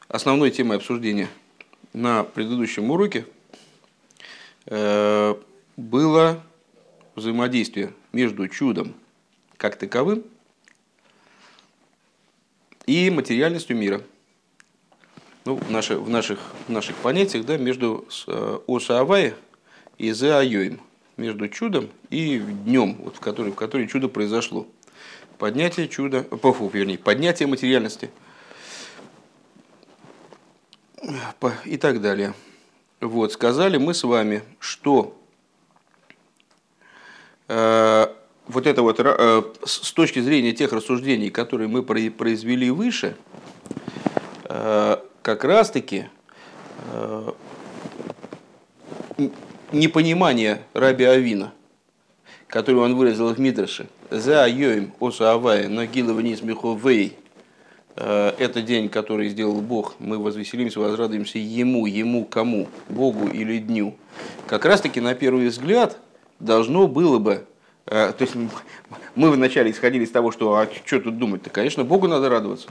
Основной темой обсуждения на предыдущем уроке было взаимодействие между чудом как таковым и материальностью мира. Ну, в наших понятиях, да, между Оса Авая и Зе Айоим, между чудом и днем, вот, в который чудо произошло. Поднятие материальности и так далее. Вот, сказали мы с вами, что вот это вот с точки зрения тех рассуждений, которые мы произвели выше, как раз-таки непонимание Раби Авина, которое он выразил в Мидраше, «За айоим оса авая нагила вниз миховей», это день, который сделал Бог, мы возвеселимся, возрадуемся ему кому, Богу или дню. Как раз-таки на первый взгляд должно было бы, то есть мы вначале исходили из того, что что тут думать-то, конечно, Богу надо радоваться.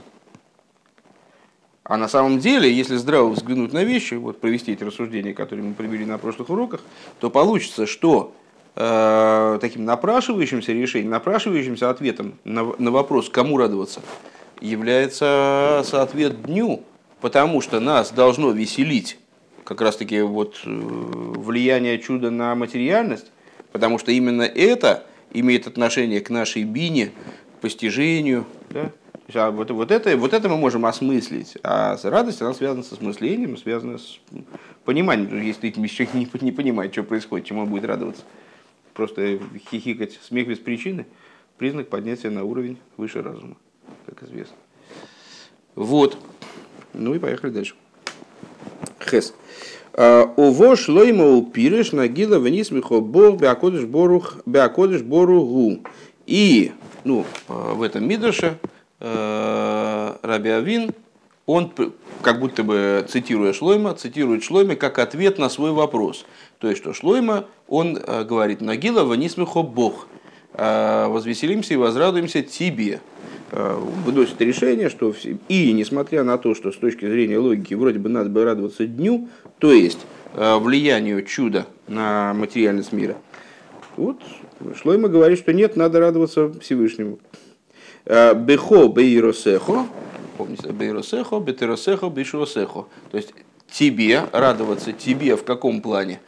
А на самом деле, если здраво взглянуть на вещи, вот провести эти рассуждения, которые мы привели на прошлых уроках, то получится, что таким напрашивающимся решением, напрашивающимся ответом на вопрос, кому радоваться, является ответ дню, потому что нас должно веселить как раз-таки вот влияние чуда на материальность, потому что именно это имеет отношение к нашей бине, к постижению. Да? А вот это мы можем осмыслить, а радость она связана с осмыслением, связана с пониманием. Если человек не понимает, что происходит, чему он будет радоваться, просто хихикать, смех без причины – признак поднятия на уровень выше разума, как известно. Вот. Ну и поехали дальше. Хес. Ово шлойма упиреш нагила вниз михо бог беакодыш бору. И в этом мидраше Раби Авин, он как будто бы цитирует Шлойма как ответ на свой вопрос. То есть, что Шлойма, он говорит, «Нагила ванисмихо Бог, возвеселимся и возрадуемся тебе». Выносит решение, что и несмотря на то, что с точки зрения логики вроде бы надо бы радоваться дню, то есть влиянию чуда на материальность мира, вот Шлойма говорит, что нет, надо радоваться Всевышнему. Бехо бейросехо, помните, бейросехо, бетеросехо, бейшуросехо. То есть тебе, радоваться тебе в каком плане?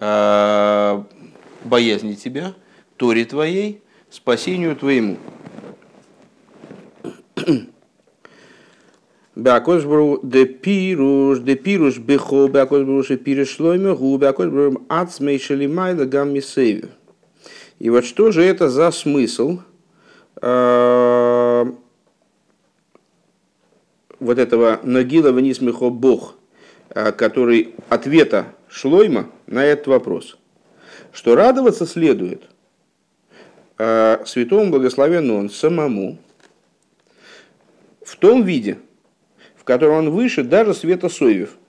Боязни тебя, Торе твоей, спасению твоему. Беакошбру депируш бехо, беакошбруш и пирешлойме гу, беакошбру ацмейшели майла гамми сейве. И вот что же это за смысл вот этого нагила вниз михо Бог, который ответа Шлойма на этот вопрос, что радоваться следует святому благословенному он самому в том виде, в котором он выше даже света Сойвев.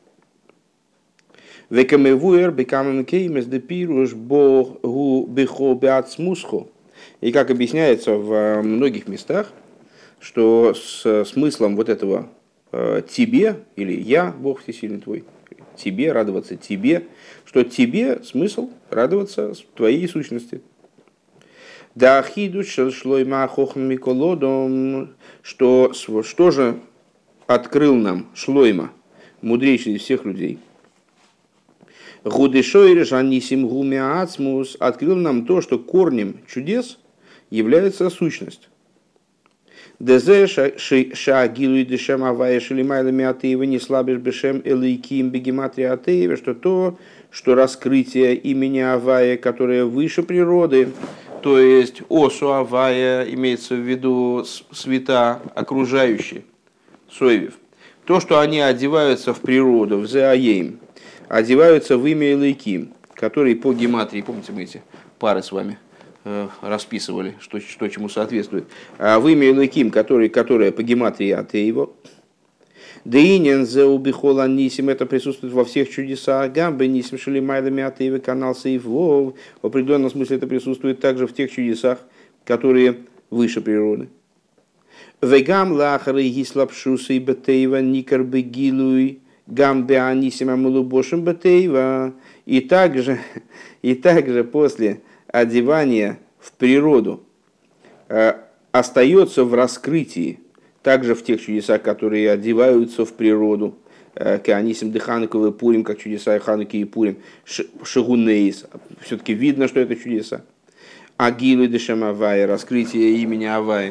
И как объясняется в многих местах, что с смыслом вот этого тебе, или я, Бог всесильный твой, тебе, радоваться тебе, что тебе смысл радоваться твоей сущности. Да ахидуш шлойма хохм миколодом, что же открыл нам Шлойма, мудрейший из всех людей. Гудешойр жанисим гумиацмус, открыл нам то, что корнем чудес является сущность. Дезе шаагилуй дешем авая шелимайлами атеева не слабишь бешем элейким бегематри атеева, что то, что раскрытие имени Авая, которое выше природы, то есть осу Авая, имеется в виду света окружающие, Сойвев, то, что они одеваются в природу, в Зеаейм, одеваются в имя Элейким, который по гематрии, помните, мы эти пары с вами расписывали, что чему соответствует, в имя Элейким, которое по гематрии Атеева, Деинен зеубихола нисим, это присутствует во всех чудесах, гамбе нисим шелимайдами Атеева, канал Сейвов, в определенном смысле это присутствует также в тех чудесах, которые выше природы. Вегам лахары гислапшусы и бетейва никар бегилуй гам беанисима мулубошим бетейва. И также после одевания в природу остается в раскрытии, также в тех чудесах, которые одеваются в природу, Каанисим де Хануковый Пурим, как чудеса Хануки и Пурим, Шагунейс, все-таки видно, что это чудеса. Агилу де Шамавай, раскрытие имени Авай,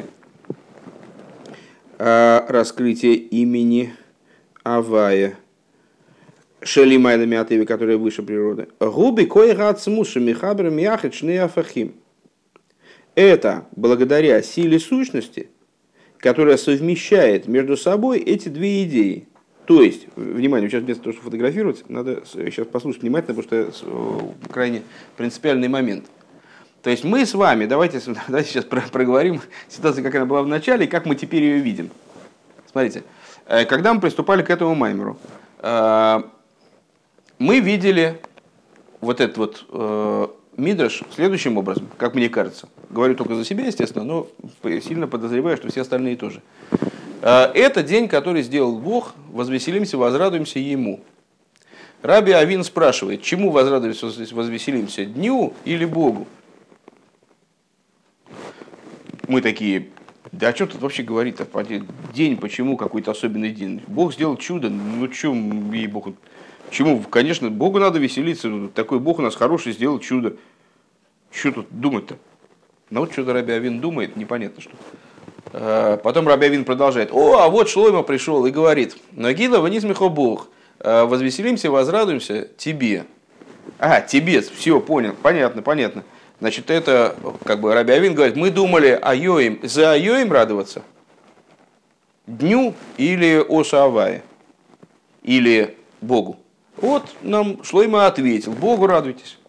раскрытие имени Авая, Шелимайда Миатеви, которая выше природы. Губи кой гацмуши михабрам яхет шнеафахим. Это благодаря силе сущности, которая совмещает между собой эти две идеи. То есть, внимание, сейчас вместо того, чтобы фотографировать, надо сейчас послушать внимательно, потому что крайне принципиальный момент. То есть мы с вами, давайте сейчас проговорим ситуацию, как она была в начале, и как мы теперь ее видим. Смотрите, когда мы приступали к этому маймеру, мы видели вот этот вот мидраш следующим образом, как мне кажется. Говорю только за себя, естественно, но сильно подозреваю, что все остальные тоже. Это день, который сделал Бог, возвеселимся, возрадуемся Ему. Раби Авин спрашивает, чему возрадуемся, возвеселимся, дню или Богу? Мы такие, да о чем тут вообще говорить-то? День, почему какой-то особенный день? Бог сделал чудо, ну чем ей-богу? Чему? Конечно, Богу надо веселиться, такой Бог у нас хороший, сделал чудо. Что тут думать-то? Ну вот что-то Раби Авин думает, непонятно что. Потом Раби Авин продолжает. А вот Шлойма пришел и говорит, Нагила ванизмихо Бог, возвеселимся, возрадуемся тебе. Тебе, все, понял, понятно. Значит, это, как бы Раби Авин говорит, мы думали за Айоим радоваться, дню или Осавае, или Богу. Вот нам Шлойма ответил, Богу радуйтесь.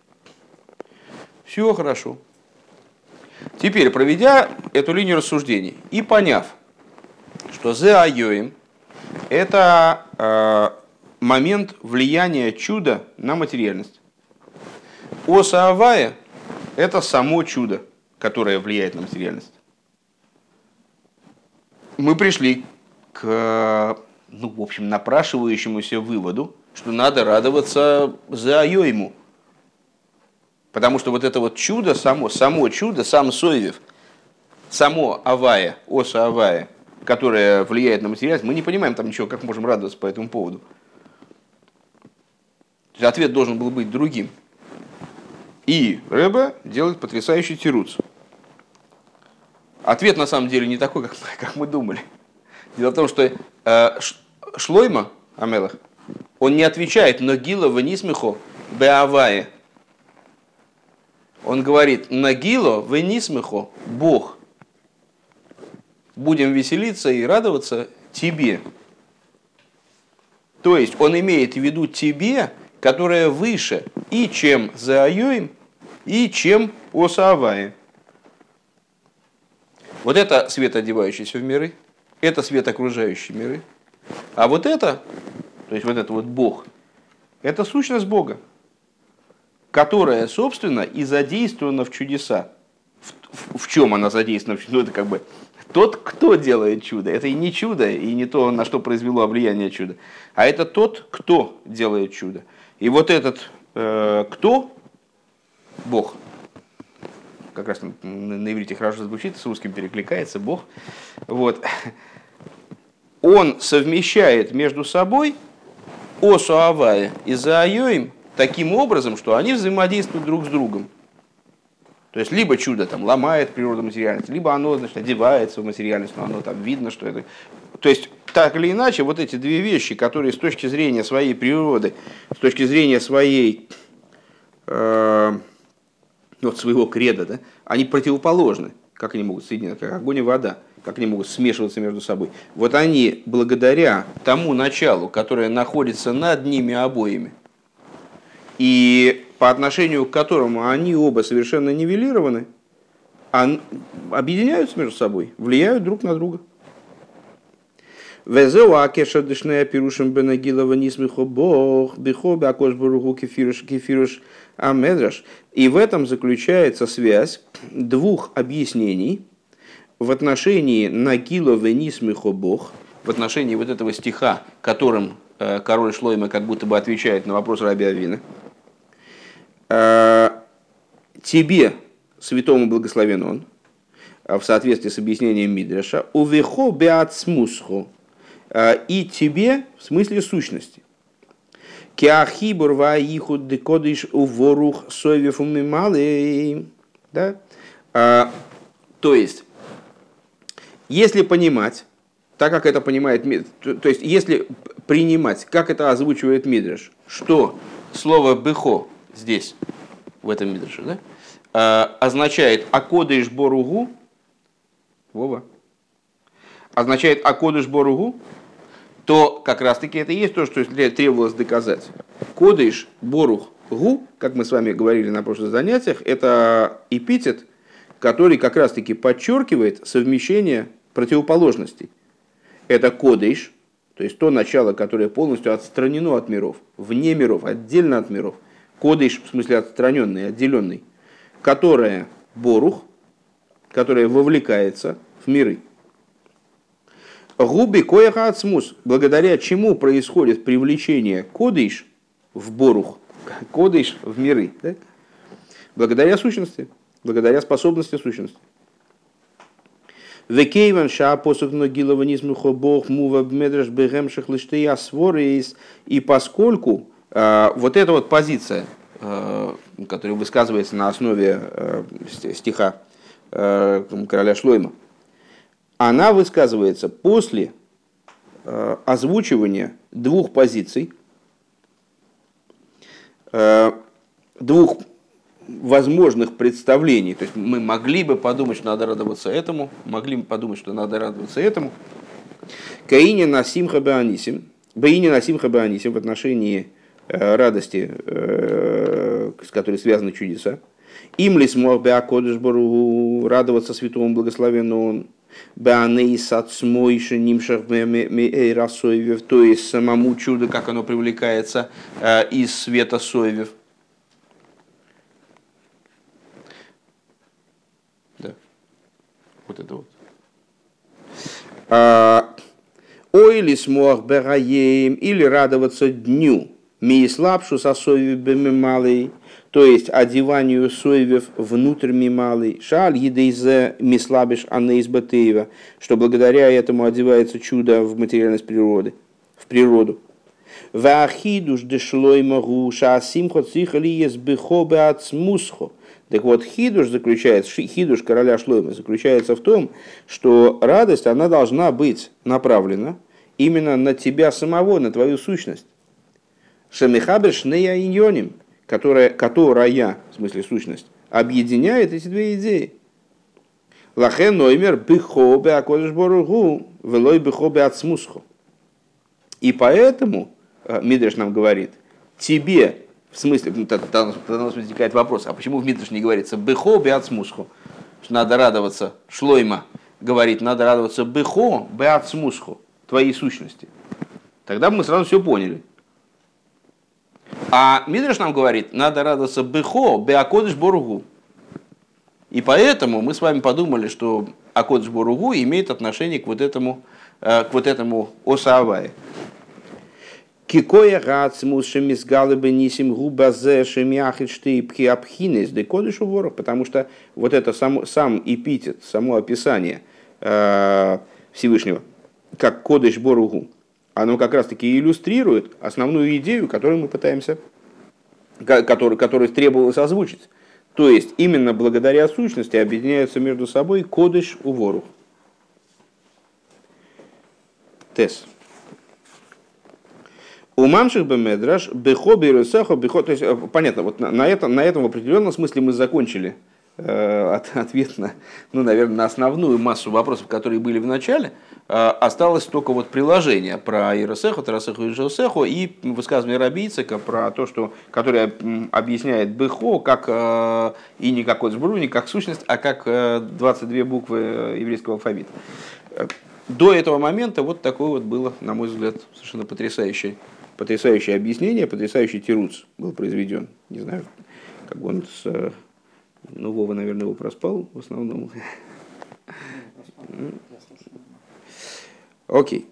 Все хорошо. Теперь, проведя эту линию рассуждений и поняв, что зе айоим – это момент влияния чуда на материальность. Оса авая – это само чудо, которое влияет на материальность. Мы пришли к, в общем, напрашивающемуся выводу, что надо радоваться зе айоиму. Потому что вот это вот чудо, само чудо, сам Сойвев, само Авая, Оса Авая, которое влияет на материальность, мы не понимаем там ничего, как можем радоваться по этому поводу. Ответ должен был быть другим. И Ребе делает потрясающий тируц. Ответ на самом деле не такой, как мы думали. Дело в том, что Шлойма Амелах, он не отвечает «Ногила венисмихо беавае». Он говорит, Нагило, венисмехо, Бог. Будем веселиться и радоваться тебе. То есть он имеет в виду тебе, которая выше и чем Заайоим, и чем Осааваи. Вот это свет, одевающийся в миры, это свет, окружающий миры. А вот это, то есть вот это вот Бог, это сущность Бога, которая, собственно, и задействована в чудеса. В чем она задействована? Ну, это как бы тот, кто делает чудо. Это и не чудо, и не то, на что произвело влияние чуда. А это тот, кто делает чудо. И вот этот кто, Бог, как раз на иврите хорошо звучит, с русским перекликается, Бог, вот, он совмещает между собой Осу Авая и Заайоим таким образом, что они взаимодействуют друг с другом. То есть, либо чудо там ломает природу материальности, либо оно, значит, одевается в материальность, но оно там видно, что это... То есть, так или иначе, вот эти две вещи, которые с точки зрения своей природы, с точки зрения своей, своего креда, да, они противоположны. Как они могут соединяться, как огонь и вода, как они могут смешиваться между собой. Вот они, благодаря тому началу, которое находится над ними обоими, и по отношению к которому они оба совершенно нивелированы, объединяются между собой, влияют друг на друга. И в этом заключается связь двух объяснений, в отношении Нагила Венисмихо Бог, в отношении вот этого стиха, которым король Шлойма как будто бы отвечает на вопрос раби Авина, тебе, святому благословен он, в соответствии с объяснением Мидраша, увехо беацмусху, и тебе в смысле сущности. Киахибур ваихуд декодиш уворух совев умималый. Да? То есть, если понимать, так как это понимает, то есть, если принимать, как это озвучивает Мидраш, что слово «бехо» здесь, в этом Мидраше, да, означает «акодыш боругу», Вова, означает «акодыш боругу», то как раз-таки это и есть то, что требовалось доказать. Кодыш борух гу, как мы с вами говорили на прошлых занятиях, это эпитет, который как раз-таки подчеркивает совмещение противоположностей. Это кодыш, то есть то начало, которое полностью отстранено от миров, вне миров, отдельно от миров. Кодыш, в смысле отстраненный, отделенный, которое борух, которое вовлекается в миры. Губи коеха ацмус, благодаря чему происходит привлечение кодыш в борух, кодыш в миры, да? Благодаря сущности, благодаря способности сущности. Векейван ша посух ногилова низмухо бог мува бмедраш бегемших лиштея сворейс, и поскольку вот эта вот позиция, которая высказывается на основе стиха короля Шлойма, она высказывается после озвучивания двух позиций, двух возможных представлений. То есть мы могли бы подумать, что надо радоваться этому, могли бы подумать, что надо радоваться этому. Каини на симха беанисим, в отношении радости, с которой связаны чудеса. Им ли смог бы акодыш бару радоваться святому благословенному он. То есть самому чудо, как оно привлекается из света соевев. Да. Вот это вот. Ойли смог бераем, или радоваться дню. Миислапшу со соевев бемималый. То есть одеванию соевев внутрь мималый, шаль едейзе мислабиш анейс батеева, что благодаря этому одевается чудо в материальность природы, в природу. Ваахидуш дешлой могу шаасимхо цихалиес бихобе ацмусхо. Так вот, хидуш короля Шлойма заключается в том, что радость, она должна быть направлена именно на тебя самого, на твою сущность. Шемихабеш нея иньоним, которая, в смысле сущность, объединяет эти две идеи. Лахен ноймер бихо бе акодеш боругу, велой бихо бе ацмусхо. И поэтому, Мидраш нам говорит, тебе, в смысле, тогда у нас возникает вопрос, а почему в Мидраш не говорится бихо бе ацмусхо? Что надо радоваться, Шлойма говорит, надо радоваться бихо бе ацмусхо, твоей сущности. Тогда бы мы сразу все поняли. А Мидраш нам говорит, надо радоваться бехо, беакодыш боругу. И поэтому мы с вами подумали, что акодыш боругу имеет отношение к вот этому осавае. Кикоя гацмус шемизгалы бенисим губазе шемяхит штейпки абхинес декодыш боруг, потому что вот это сам эпитет, само описание Всевышнего, как кодыш боругу, оно как раз-таки иллюстрирует основную идею, которую мы пытаемся, которую требовалось озвучить. То есть, именно благодаря сущности объединяются между собой кодыш у ворух. Тес. У мамших бемедраш бехо бирусахо бехо. То есть, понятно, вот на этом в определенном смысле мы закончили ответ на, наверное, на основную массу вопросов, которые были в начале. Осталось только вот приложение про Иросеху, Тарасеху и Жосеху и высказывание Раби Ицхака про то, что, которое объясняет Бехо как и не как Отсбру, не как сущность, а как 22 буквы еврейского алфавита. До этого момента вот такое вот было, на мой взгляд, совершенно потрясающее объяснение, потрясающий тируц был произведен. Не знаю, как он Вова, наверное, его проспал в основном. Окей.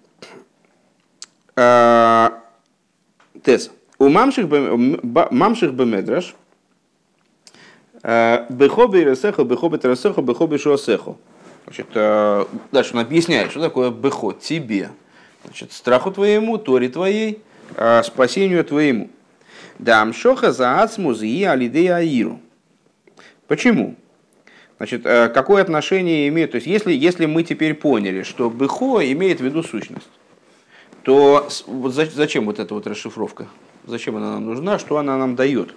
Тез. У мамших бемедраш бехоби ресехо, бехоби тересехо, бехоби шуасехо. Значит, дальше он объясняет, что такое бехо тебе. Значит, страху твоему, торе твоей, спасению твоему. Дам шоха за ацмуз и алидея аиру. Почему? Значит, какое отношение имеет? То есть, если мы теперь поняли, что бехо имеет в виду сущность, то вот зачем вот эта вот расшифровка? Зачем она нам нужна? Что она нам дает?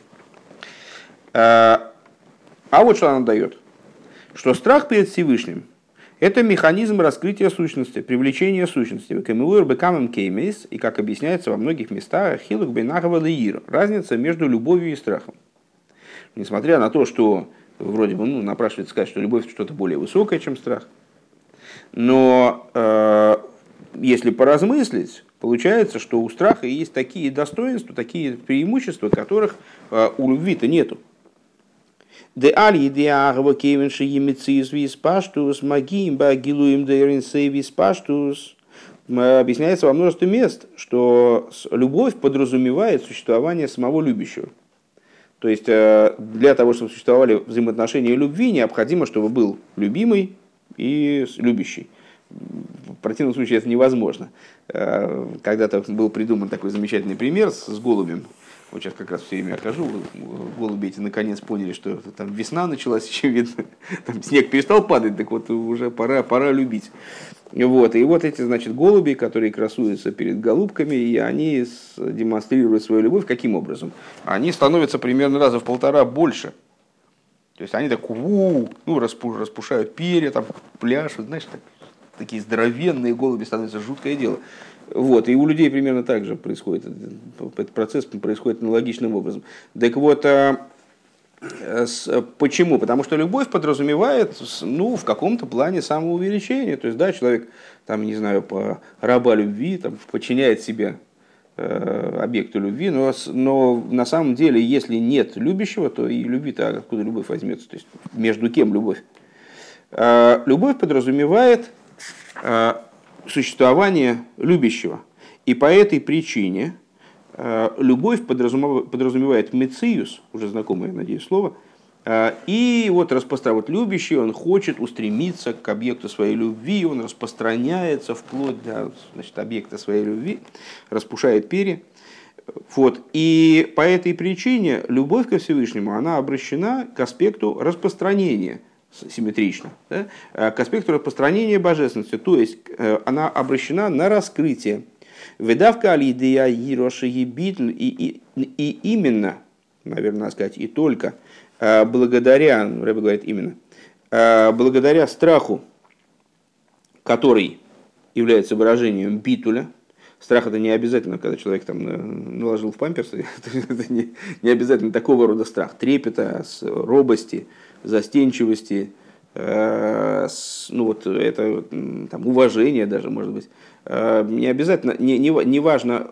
А вот что она дает. Что страх перед Всевышним – это механизм раскрытия сущности, привлечения сущности. И, как объясняется во многих местах, хилук бейнахава леир. Разница между любовью и страхом. Несмотря на то, что вроде бы напрашивается сказать, что любовь – что-то более высокое, чем страх. Но если поразмыслить, получается, что у страха есть такие достоинства, такие преимущества, которых у любви-то нету. Де али идеагова кевенши емициус виспаштус магим багилуем дейринсей виспаштус. Объясняется во множестве мест, что любовь подразумевает существование самого любящего. То есть для того, чтобы существовали взаимоотношения любви, необходимо, чтобы был любимый и любящий. В противном случае это невозможно. Когда-то был придуман такой замечательный пример с голубем. Вот сейчас как раз все время хожу, голуби эти наконец поняли, что там весна началась, очевидно, там снег перестал падать, так вот уже пора любить. Вот. И вот эти, значит, голуби, которые красуются перед голубками, и они демонстрируют свою любовь каким образом? Они становятся примерно раза в 1,5 больше. То есть они так распушают перья, там пляшут, знаешь, такие здоровенные голуби становятся, жуткое дело. Вот, и у людей примерно так же происходит. Этот процесс происходит аналогичным образом. Так вот, почему? Потому что любовь подразумевает, в каком-то плане самоувеличение. То есть, да, человек, там, не знаю, раба любви, там, подчиняет себя объекту любви, но на самом деле, если нет любящего, то и любви-то откуда любовь возьмется? То есть, между кем любовь? Любовь подразумевает существование любящего. И по этой причине любовь подразумевает мециус, уже знакомое, надеюсь, слово, и вот вот любящий, он хочет устремиться к объекту своей любви, он распространяется вплоть до, значит, объекта своей любви, распушает перья. Вот. И по этой причине любовь ко Всевышнему, она обращена к аспекту распространения, симметрично, да, к аспекту распространения божественности, то есть она обращена на раскрытие. Выдавка алидея Ироши Ебитн, и именно, наверное, надо сказать, и только благодаря, Рэбе говорит именно, благодаря страху, который является выражением битуля. Страх — это не обязательно, когда человек там наложил в памперсы, это не обязательно такого рода страх, трепета, робости, застенчивости, это там, уважение даже, может быть. Не обязательно, не важно,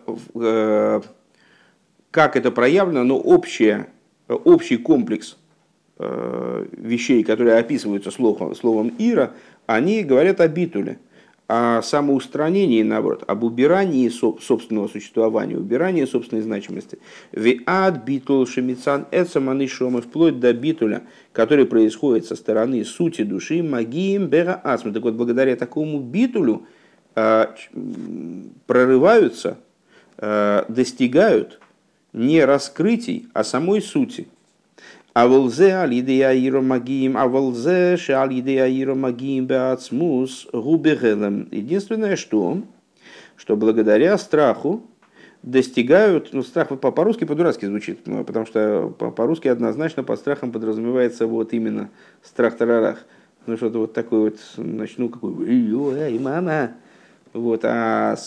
как это проявлено, но общий комплекс вещей, которые описываются словом «ира», они говорят о битуле, о самоустранении, наоборот, об убирании собственного существования, убирании собственной значимости. Виад битул шемицан эцаманишома, вплоть до битуля, который происходит со стороны сути души, магием бера асма. Так вот, благодаря такому битулю прорываются, достигают не раскрытий, а самой сути. Единственное, что благодаря страху достигают, страх по-русски по-дурацки звучит, потому что по-русски однозначно под страхом подразумевается вот именно страх-тарарах. Что-то вот такое вот, начну какой мама. Вот, на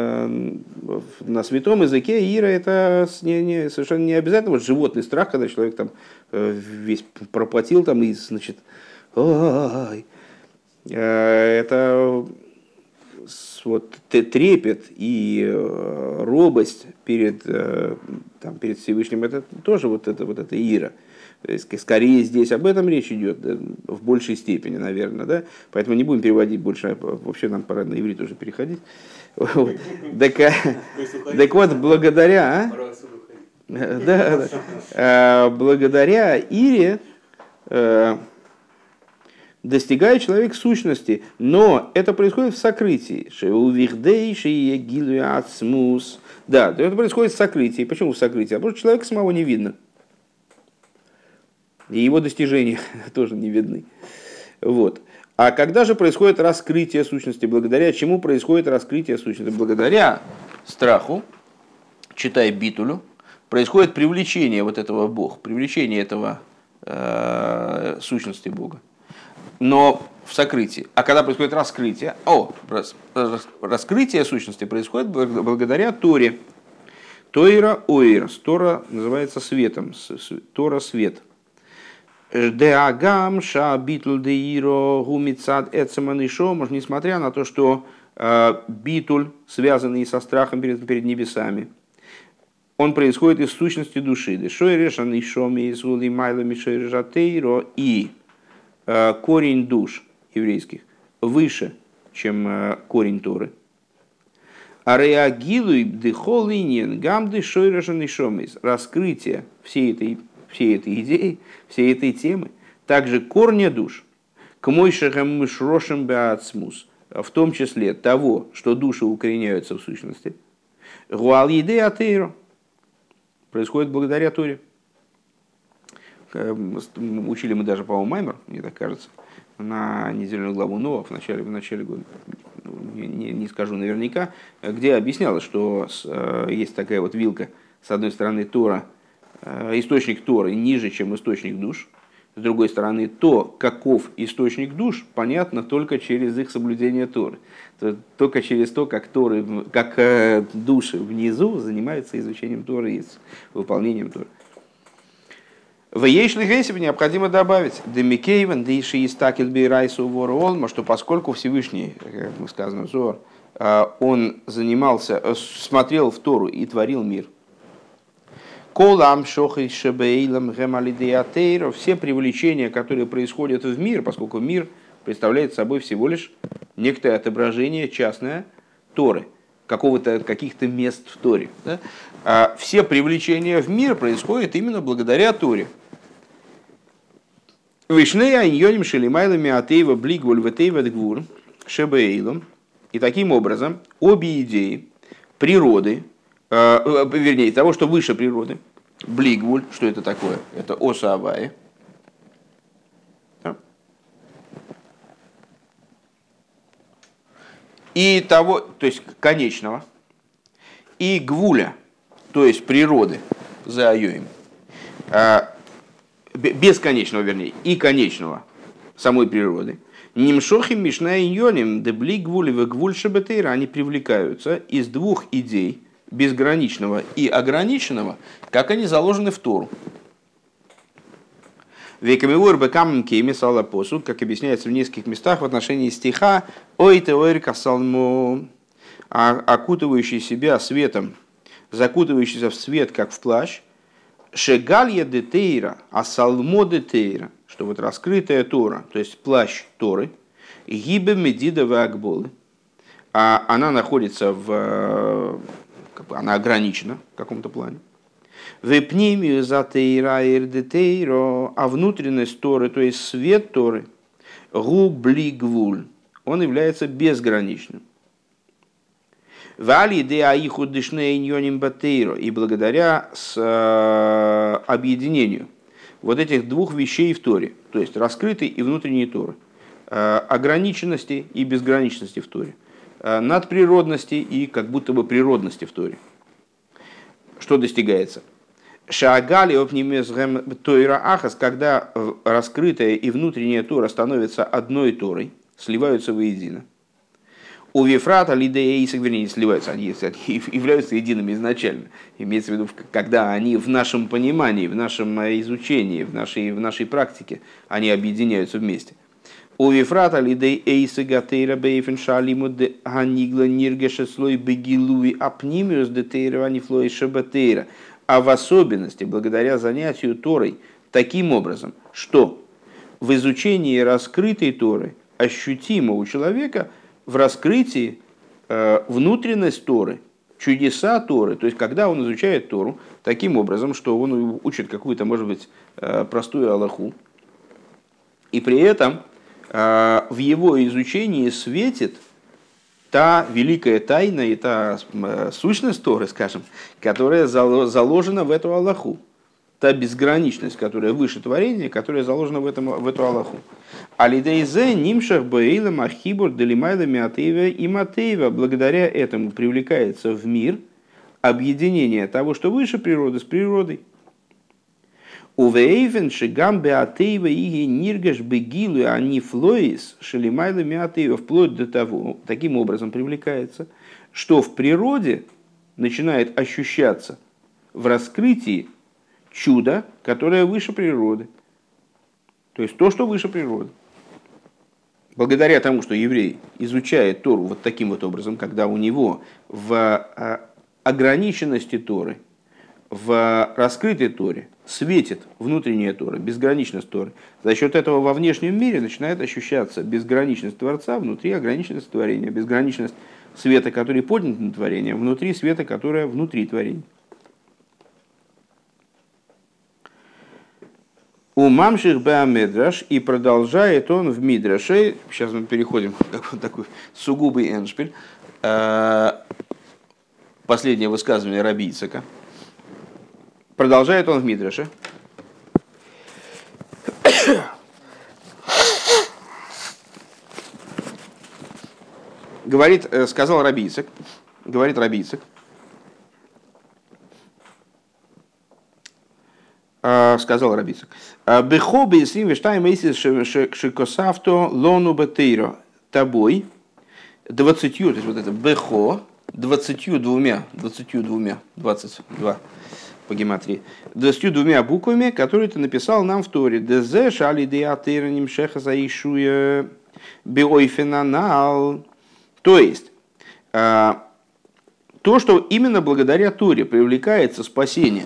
святом языке ира это совершенно не обязательно вот животный страх, когда человек там весь пропотел там и, значит, это вот трепет и робость перед Всевышним, это тоже вот это ира. Скорее здесь об этом речь идет, да, в большей степени, наверное. Да? Поэтому не будем переводить больше. Вообще нам пора на иврит уже переходить. Так вот, благодаря... Благодаря Ире достигает человек сущности, но это происходит в сокрытии. Да, это происходит в сокрытии. Почему в сокрытии? Потому что человека самого не видно. И его достижения тоже не видны. Вот. А когда же происходит раскрытие сущности? Благодаря чему происходит раскрытие сущности? Благодаря страху, читай битулю, происходит привлечение вот этого Бога, привлечение этого сущности Бога. Но в сокрытии. А когда происходит раскрытие, раскрытие сущности происходит благодаря Торе. Тойра ойр. Тора называется светом. Тора свет. Деагам ша битл деиро гумицад эцеман ишо. Несмотря на то, что битуль, связанный со страхом перед небесами, он происходит из сущности души. И корень душ еврейских выше, чем корень Торы. А реагилуй дыхолинен гамды шойрешен и шомис. Раскрытие всей этой идеи, всей этой темы, также корня душ, к мойшехам мышрошем беацмус, в том числе того, что души укореняются в сущности, гуал еды атеиро, происходит благодаря Торе. Учили мы даже, по-моему, Маймер, мне так кажется, на недельную главу Ноах в начале года, не скажу наверняка, где объяснялось, что есть такая вот вилка, с одной стороны Тора, источник Торы ниже, чем источник душ, с другой стороны, то, каков источник душ, понятно только через их соблюдение Торы. Только через то, как души внизу занимаются изучением Торы и выполнением Торы. В Ейшли Гейсебе необходимо добавить, Демикейвен, Дейши Истакель Бейрайсу Воролма, что поскольку Всевышний, как мы сказано в Зоар, он смотрел в Тору и творил мир. Колам Шохи Шебейлам Гемалидеатейро, все привлечения, которые происходят в мир, поскольку мир представляет собой всего лишь некоторое отображение частное Торы, каких-то мест в Торе. Да? Все привлечения в мир происходят именно благодаря Торе. Вишнея айоним шелимайлами атеева блигвуль ветеева дгвур шебейлом. И таким образом обе идеи природы, вернее, того, что выше природы, блигвуль, что это такое? Это оса авая. И того, то есть конечного, и гвуля, то есть природы, за айоим, бесконечного, вернее, и конечного самой природы. Нимшохим мишна иньоним дебли гвули в гвуль шебетейра, они привлекаются из двух идей, безграничного и ограниченного, как они заложены в Тору. Векамиур бекамм кеймисала посуд, как объясняется в нескольких местах в отношении стиха «Ой теория касалму», окутывающий себя светом, закутывающийся в свет, как в плащ, «Шегалья де тейра, а салмо де тейра», что вот раскрытая Тора, то есть плащ Торы, «Гибе медида вагболы», а она находится она ограничена в каком-то плане. Вепнимию за тейра ирдетейро, а внутренность Торы, то есть свет Торы, гублигвуль, он является безграничным. Вали де аиху дышне иньоним батейро, и благодаря объединению вот этих двух вещей в Торе, то есть раскрытой и внутренней Торы, ограниченности и безграничности в Торе, надприродности и как будто бы природности в Торе. Что достигается? Шаагали опнимезгэм тойра ахас, когда раскрытая и внутренняя Тора становятся одной Торой, сливаются воедино. У Вифрата лидеисок, вернее, не сливаются, они являются едиными изначально. Имеется в виду, когда они в нашем понимании, в нашем изучении, в нашей практике, они объединяются вместе. У Вифрата лидеисок гатейра бейфен шалиму де ганигла ниргеша слой бегилуи апнимиус де тейра ванифлой шабатейра. А в особенности, благодаря занятию Торой таким образом, что в изучении раскрытой Торы ощутимо у человека в раскрытии внутренность Торы, чудеса Торы, то есть когда он изучает Тору таким образом, что он учит какую-то, может быть, простую алаху, и при этом в его изучении светит та великая тайна и та сущность Торы, скажем, которая заложена в эту алаху. Та безграничность, которая выше творения, которая заложена в эту алаху. Алидейзе нимшах бэйлам ахибур делимайла миатеева и матеева. Благодаря этому привлекается в мир объединение того, что выше природы, с природой. Увейвен шигам беатеева и ниргаш бегилу они флоис шелимайла миатеева. Вплоть до того, таким образом привлекается, что в природе начинает ощущаться в раскрытии чудо, которое выше природы. То есть то, что выше природы. Благодаря тому, что еврей изучает Тору вот таким вот образом, когда у него в ограниченности Торы, в раскрытой Торе светит внутренняя Тора, безграничность Торы, за счет этого во внешнем мире начинает ощущаться безграничность Творца внутри ограниченности творения, безграничность света, который поднят на творение, внутри света, которое внутри творения. У мамших беамедраш, и продолжает он в мидраше. Сейчас мы переходим к такой сугубый эншпиль. Последнее высказывание Раби Ицхака. Продолжает он в мидраше. Говорит, сказал Раби Ицхак, говорит Раби Ицхак. Сказал Раби Ицхак. Бехоби сим вештайм эйсис шикосавто лону бетейро тобой 20, то есть вот это бехо 22 по гематрии, 22 буквами, которые ты написал нам в Торе. Дезе шали деатейра нимшеха заишуя биойфенанал. То есть то, что именно благодаря Торе привлекается спасение.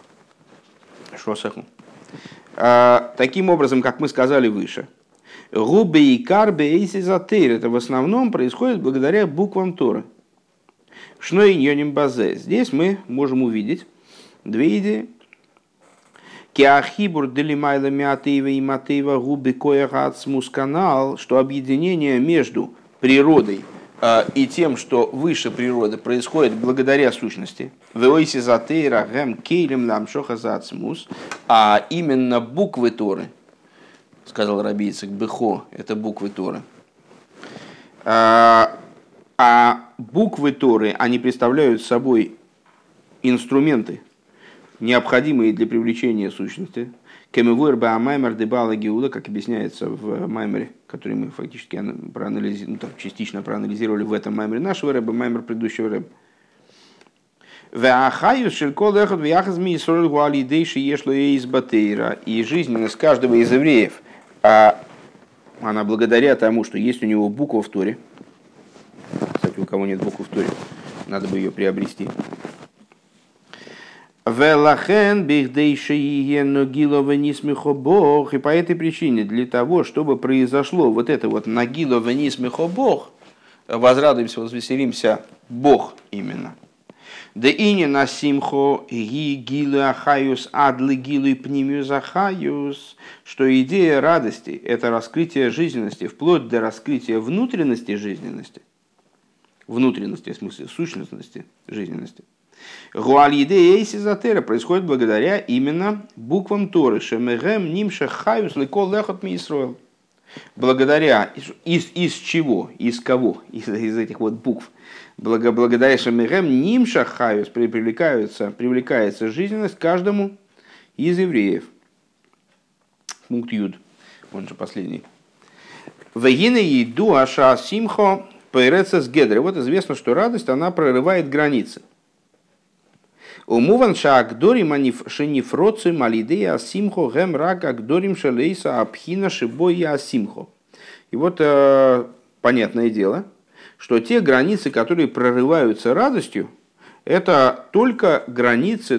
Таким образом, как мы сказали выше, губы и карбе эйсизатейр, это в основном происходит благодаря буквам Торы. Шнойньоним базе. Здесь мы можем увидеть две идеи. Киахибур делимайла миатеева и матеева губы коягацмус канал, что объединение между природой и тем, что выше природы, происходит благодаря сущности. А именно буквы Торы, сказал Раби Ицхак, бехо, это буквы Торы. А буквы Торы, они представляют собой инструменты, необходимые для привлечения сущности. Кемевуэр баамаймер дебала геуда, как объясняется в маймере, который мы фактически частично проанализировали в этом маймере нашего рэба, маймер предыдущего рэба. И жизненность каждого из евреев, она благодаря тому, что есть у него буква в Торе. Кстати, у кого нет буквы в Торе, надо бы ее приобрести. И по этой причине, для того, чтобы произошло вот это вот нагило венисмихо Бог, возрадуемся, возвеселимся, Бог именно. Да и не на симхо ги гилу ахаюс адлы гилу и пнимиус ахаюс, что идея радости – это раскрытие жизненности, вплоть до раскрытия внутренности жизненности. Внутренности, в смысле сущностности жизненности. Гуалидея эйсизатера происходит благодаря именно буквам Торы. Шемегем нимша хаюс лекол лехот миисроэл. Благодаря из чего, из кого, из этих вот букв. Благодаря шемегем нимша хаюс привлекается жизненность каждому из евреев. Пункт Юд, он же последний. Вегина еду аша симхо поэреца с гедры. Вот известно, что радость, она прорывает границы. Умуван шаагдорим аниф шенифроци малидея асимхо гем рак агдорим шелейса абхина шибоя асимхо. И вот понятное дело, что те границы, которые прорываются радостью, это только границы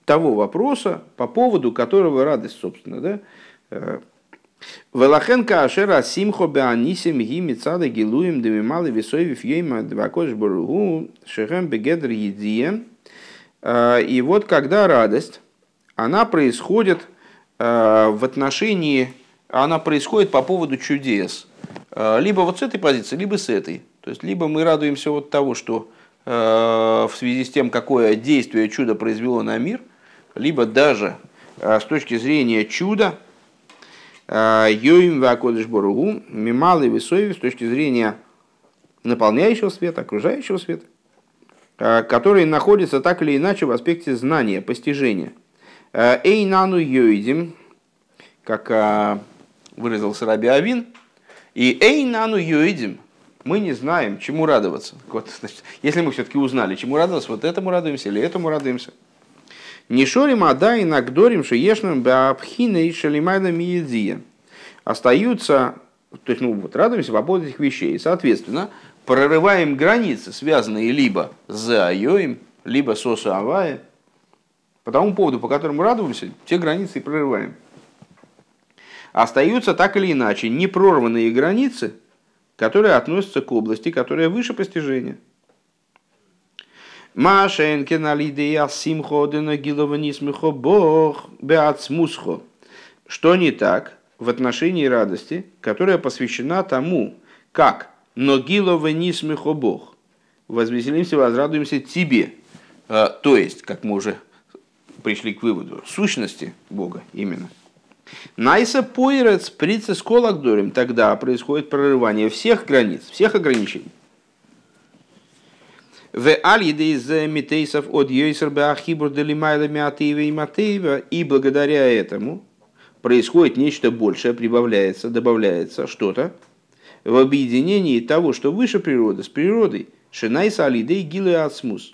того вопроса, по поводу которого радость, собственно, да? Велахенка ашера симхо беанисим ги мицада гилуем демималы весоев ейма двакош баругу шехем бегедр едием. И вот когда радость, она происходит в отношении, она происходит по поводу чудес. Либо вот с этой позиции, либо с этой. То есть, либо мы радуемся от того, что в связи с тем, какое действие чудо произвело на мир, либо даже с точки зрения чуда, Йоим вакодыш боругу, мималы весови с точки зрения наполняющего света, окружающего света, который находится так или иначе в аспекте знания, постижения. Эйнану йоидим, как выразился Раби Авин, и эйнану йоидим, мы не знаем, чему радоваться. Вот, значит, если мы все-таки узнали, чему радоваться, вот этому радуемся или этому радуемся. Нишорим адай нагдорим шеешным баабхиной шалимайна миедия. Остаются, то есть, радуемся по поводу этих вещей. И, соответственно, прорываем границы, связанные либо с айоим, либо с осуавая. По тому поводу, по которому радуемся, те границы и прорываем. Остаются так или иначе непрорванные границы, которые относятся к области, которая выше постижения. Машенкин алидея симхо денагилова нисмихо бог беацмусхо. Что не так в отношении радости, которая посвящена тому, как ногилова нисмихо бог. Возвеселимся, возрадуемся тебе. То есть, как мы уже пришли к выводу, сущности Бога именно. Найса поирец прицес колагдорим. Тогда происходит прорывание всех границ, всех ограничений. В алидейз митейсов от йойсер беахибур делимайла миатеева и матеева. И благодаря этому происходит нечто большее, прибавляется, добавляется что-то в объединении того, что выше природы, с природой. Шинайса алидей гилы ацмус.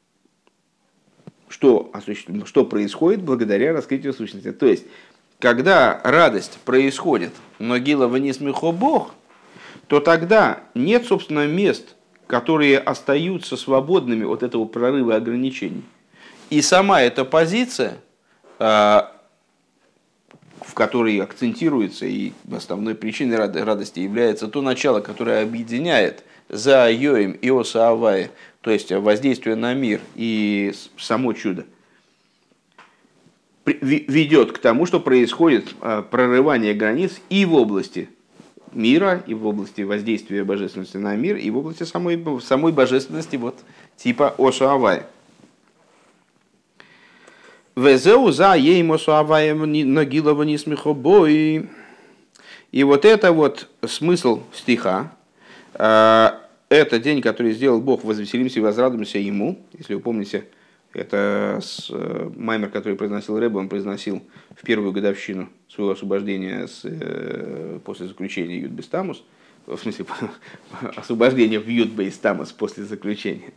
Что происходит благодаря раскрытию сущности. То есть, когда радость происходит, но гила вниз михо Бог, то тогда нет, собственно, мест, которые остаются свободными от этого прорыва и ограничений. И сама эта позиция, в которой акцентируется и основной причиной радости является то начало, которое объединяет за Йоим и Осаавае, то есть воздействие на мир и само чудо, ведет к тому, что происходит прорывание границ и в области мира, и в области воздействия божественности на мир, и в области самой божественности, вот, типа Осуавая. Везеу за ей Осуавая нагилова нисмихобой. И вот это вот смысл стиха. Это день, который сделал Бог, возвеселимся и возрадуемся Ему. Если вы помните, это маймер, который произносил Ребе, он произносил в первую годовщину своего освобождения после заключения Юд-Бейс Таммус, в смысле освобождения в Юд-Бейс Таммус после заключения.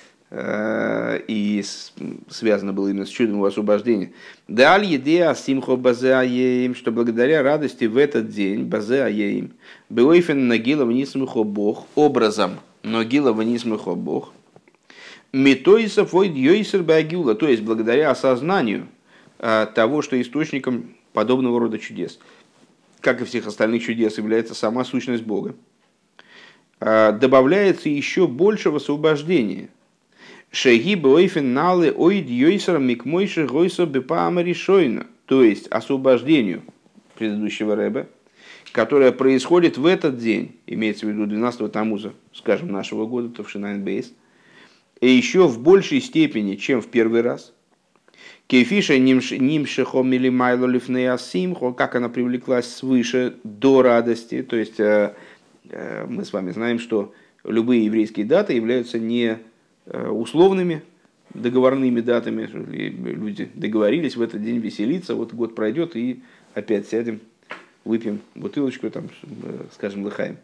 И связано было именно с чудом его освобождения. Даль едеа симхо базеаеим, что благодаря радости в этот день базеаеим беойфен нагила внисмихо Бог, образом нагила внисмихо Бог, метоисов войд йойсер беагиула, то есть благодаря осознанию того, что источником подобного рода чудес, как и всех остальных чудес, является сама сущность Бога, добавляется еще большего освобождения. Шеги беойфен налы ойд йойсер микмойши гойсо бепаама решойна, то есть освобождению предыдущего Ребе, которое происходит в этот день, имеется в виду 12-го Тамуза, скажем, нашего года, Товшинайн Бейс, и еще в большей степени, чем в первый раз. Кейфиша нимшехо милимайло лифнеасимхо, как она привлеклась свыше до радости. То есть мы с вами знаем, что любые еврейские даты являются не условными договорными датами. Люди договорились в этот день веселиться, вот год пройдет и опять сядем, выпьем бутылочку, там, скажем, лыхаем.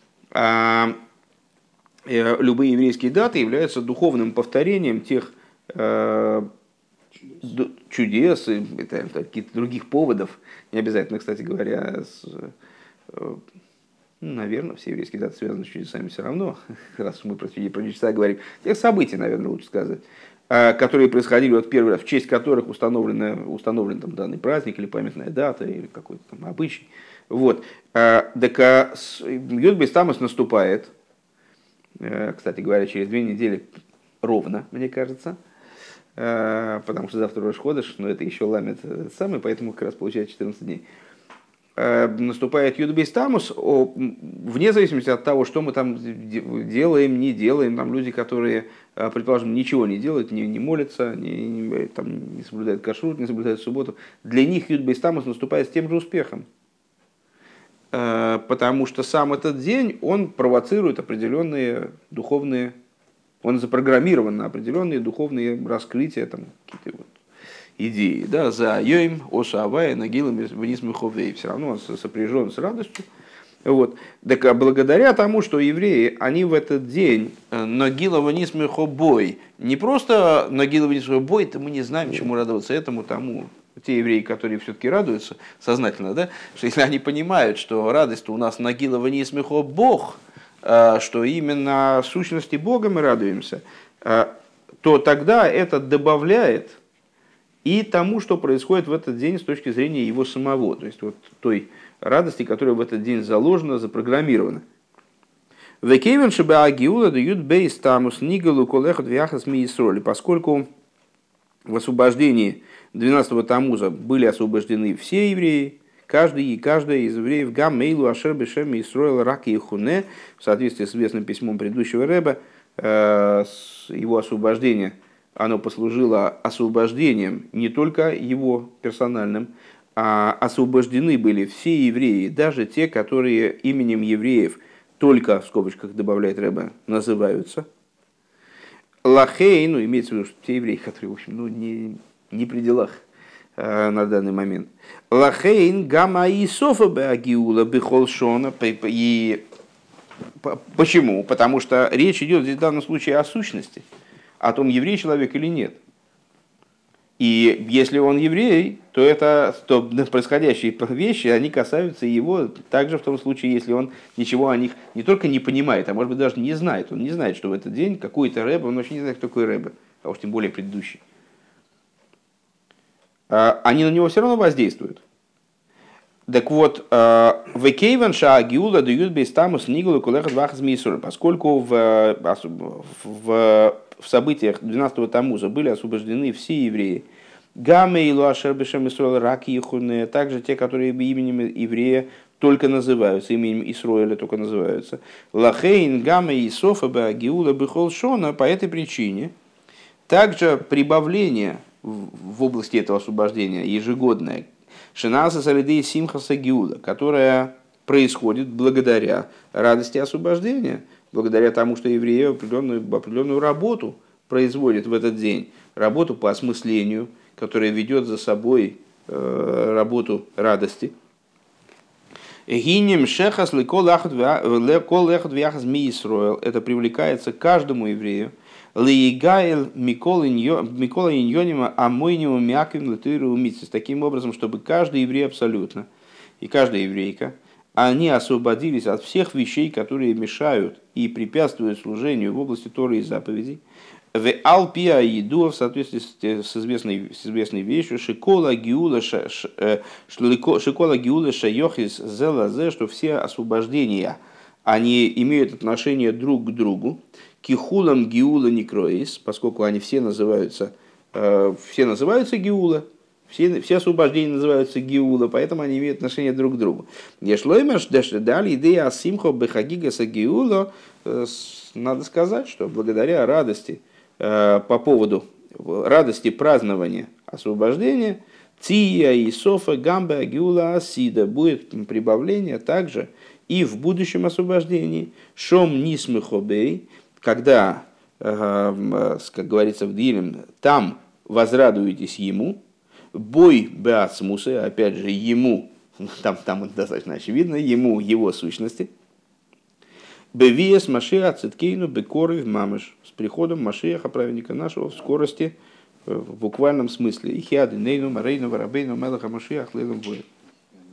Любые еврейские даты являются духовным повторением тех чудес и каких-то других поводов. Не обязательно, кстати говоря, наверное, все еврейские даты связаны с чудесами все равно, раз мы про чудеса говорим. Тех событий, наверное, лучше сказать. которые происходили вот первый раз, в честь которых установлен там данный праздник или памятная дата или какой-то там обычай. Вот. Так Йод бейс тамус наступает, кстати говоря, через 2 недели ровно, мне кажется, потому что завтра Рош Ходеш, но это еще ламет самый, поэтому как раз получается 14 дней. Наступает Йод бейс тамус, вне зависимости от того, что мы там делаем, не делаем. Там люди, которые, предположим, ничего не делают, не молятся, не соблюдают кашрут, не соблюдают субботу, для них Йод бейс тамус наступает с тем же успехом. Потому что сам этот день, он провоцирует определенные духовные, он запрограммирован на определенные духовные раскрытия, там, какие-то вот идеи. Да, за йоим, оса авая, нагилам, вниз миховей. Все равно он сопряжен с радостью. Вот. Так благодаря тому, что евреи, они в этот день нагила вниз михобой, не просто нагила вниз михобой, то мы не знаем, чему радоваться этому, тому. Те евреи, которые все-таки радуются сознательно, да, что если они понимают, что радость у нас нагила вниз михо Бог, что именно в сущности Бога мы радуемся, то тогда это добавляет и тому, что происходит в этот день с точки зрения его самого, то есть вот той радости, которая в этот день заложена, запрограммирована. Поскольку в освобождении 12-го Тамуза были освобождены все евреи, каждый и каждая из евреев гам мейлу ашер бешем Исроэл рак и хуне, в соответствии с известным письмом предыдущего рэба, его освобождение, оно послужило освобождением не только его персональным, а освобождены были все евреи, даже те, которые именем евреев только, в скобочках добавляет рэба, называются. Лахей, ну имеется в виду, что те евреи, которые, в общем, не при делах на данный момент. Лахейн гамма и софа беагиула бихолшона. И почему? Потому что речь идет здесь в данном случае о сущности, о том, еврей человек или нет. И если он еврей, то происходящие вещи, они касаются его также в том случае, если он ничего о них не только не понимает, а может быть даже не знает. Он не знает, что в этот день какой-то рэбе, он вообще не знает, кто такой рэбе, а уж тем более предыдущий. Они на него все равно воздействуют. Так вот, поскольку в событиях 12-го Тамуза были освобождены все евреи, также те, которые именем еврея только называются, именем Исроэля только называются. Лахейн, гамма и софа беагиула бихолшона, по этой причине также прибавление в области этого освобождения ежегодное, шинаса салидей симхаса гиула, которая происходит благодаря радости освобождения, благодаря тому, что евреи определенную работу производят в этот день, работу по осмыслению, которая ведет за собой работу радости. Гинем шехас лекол эхад вяхас ми Исроэл, это привлекается к каждому еврею. Лигайл Микола Иньонима Амойнима Мяким Латыру Умитсис. Таким образом, чтобы каждый еврей абсолютно и каждая еврейка, они освободились от всех вещей, которые мешают и препятствуют служению в области Торы и заповедей. В Алпия Еду, в соответствии с известной вещью, Шикола Гиула Шайохис Зелазе, что все освобождения, они имеют отношение друг к другу. Кихулам Гиула Никроис, поскольку они все называются Гиула, все освобождения называются Гиула, поэтому они имеют отношение друг к другу. Надо сказать, что благодаря радости, по поводу радости празднования освобождения, Тия и Софа Гамба Гиула Асида будет прибавление также и в будущем освобождении. Шом Нисмехобей, когда, как говорится в Дилем, там возрадуетесь ему, бой беацмусы, опять же, ему, там достаточно очевидно, ему, его сущности, бевиес Машиа Циткейну бекоры в мамыш, с приходом Машиаха, праведника нашего, в скорости, в буквальном смысле. Ихиады нейну марейну варабейну мелаха Машиах лейлом воет.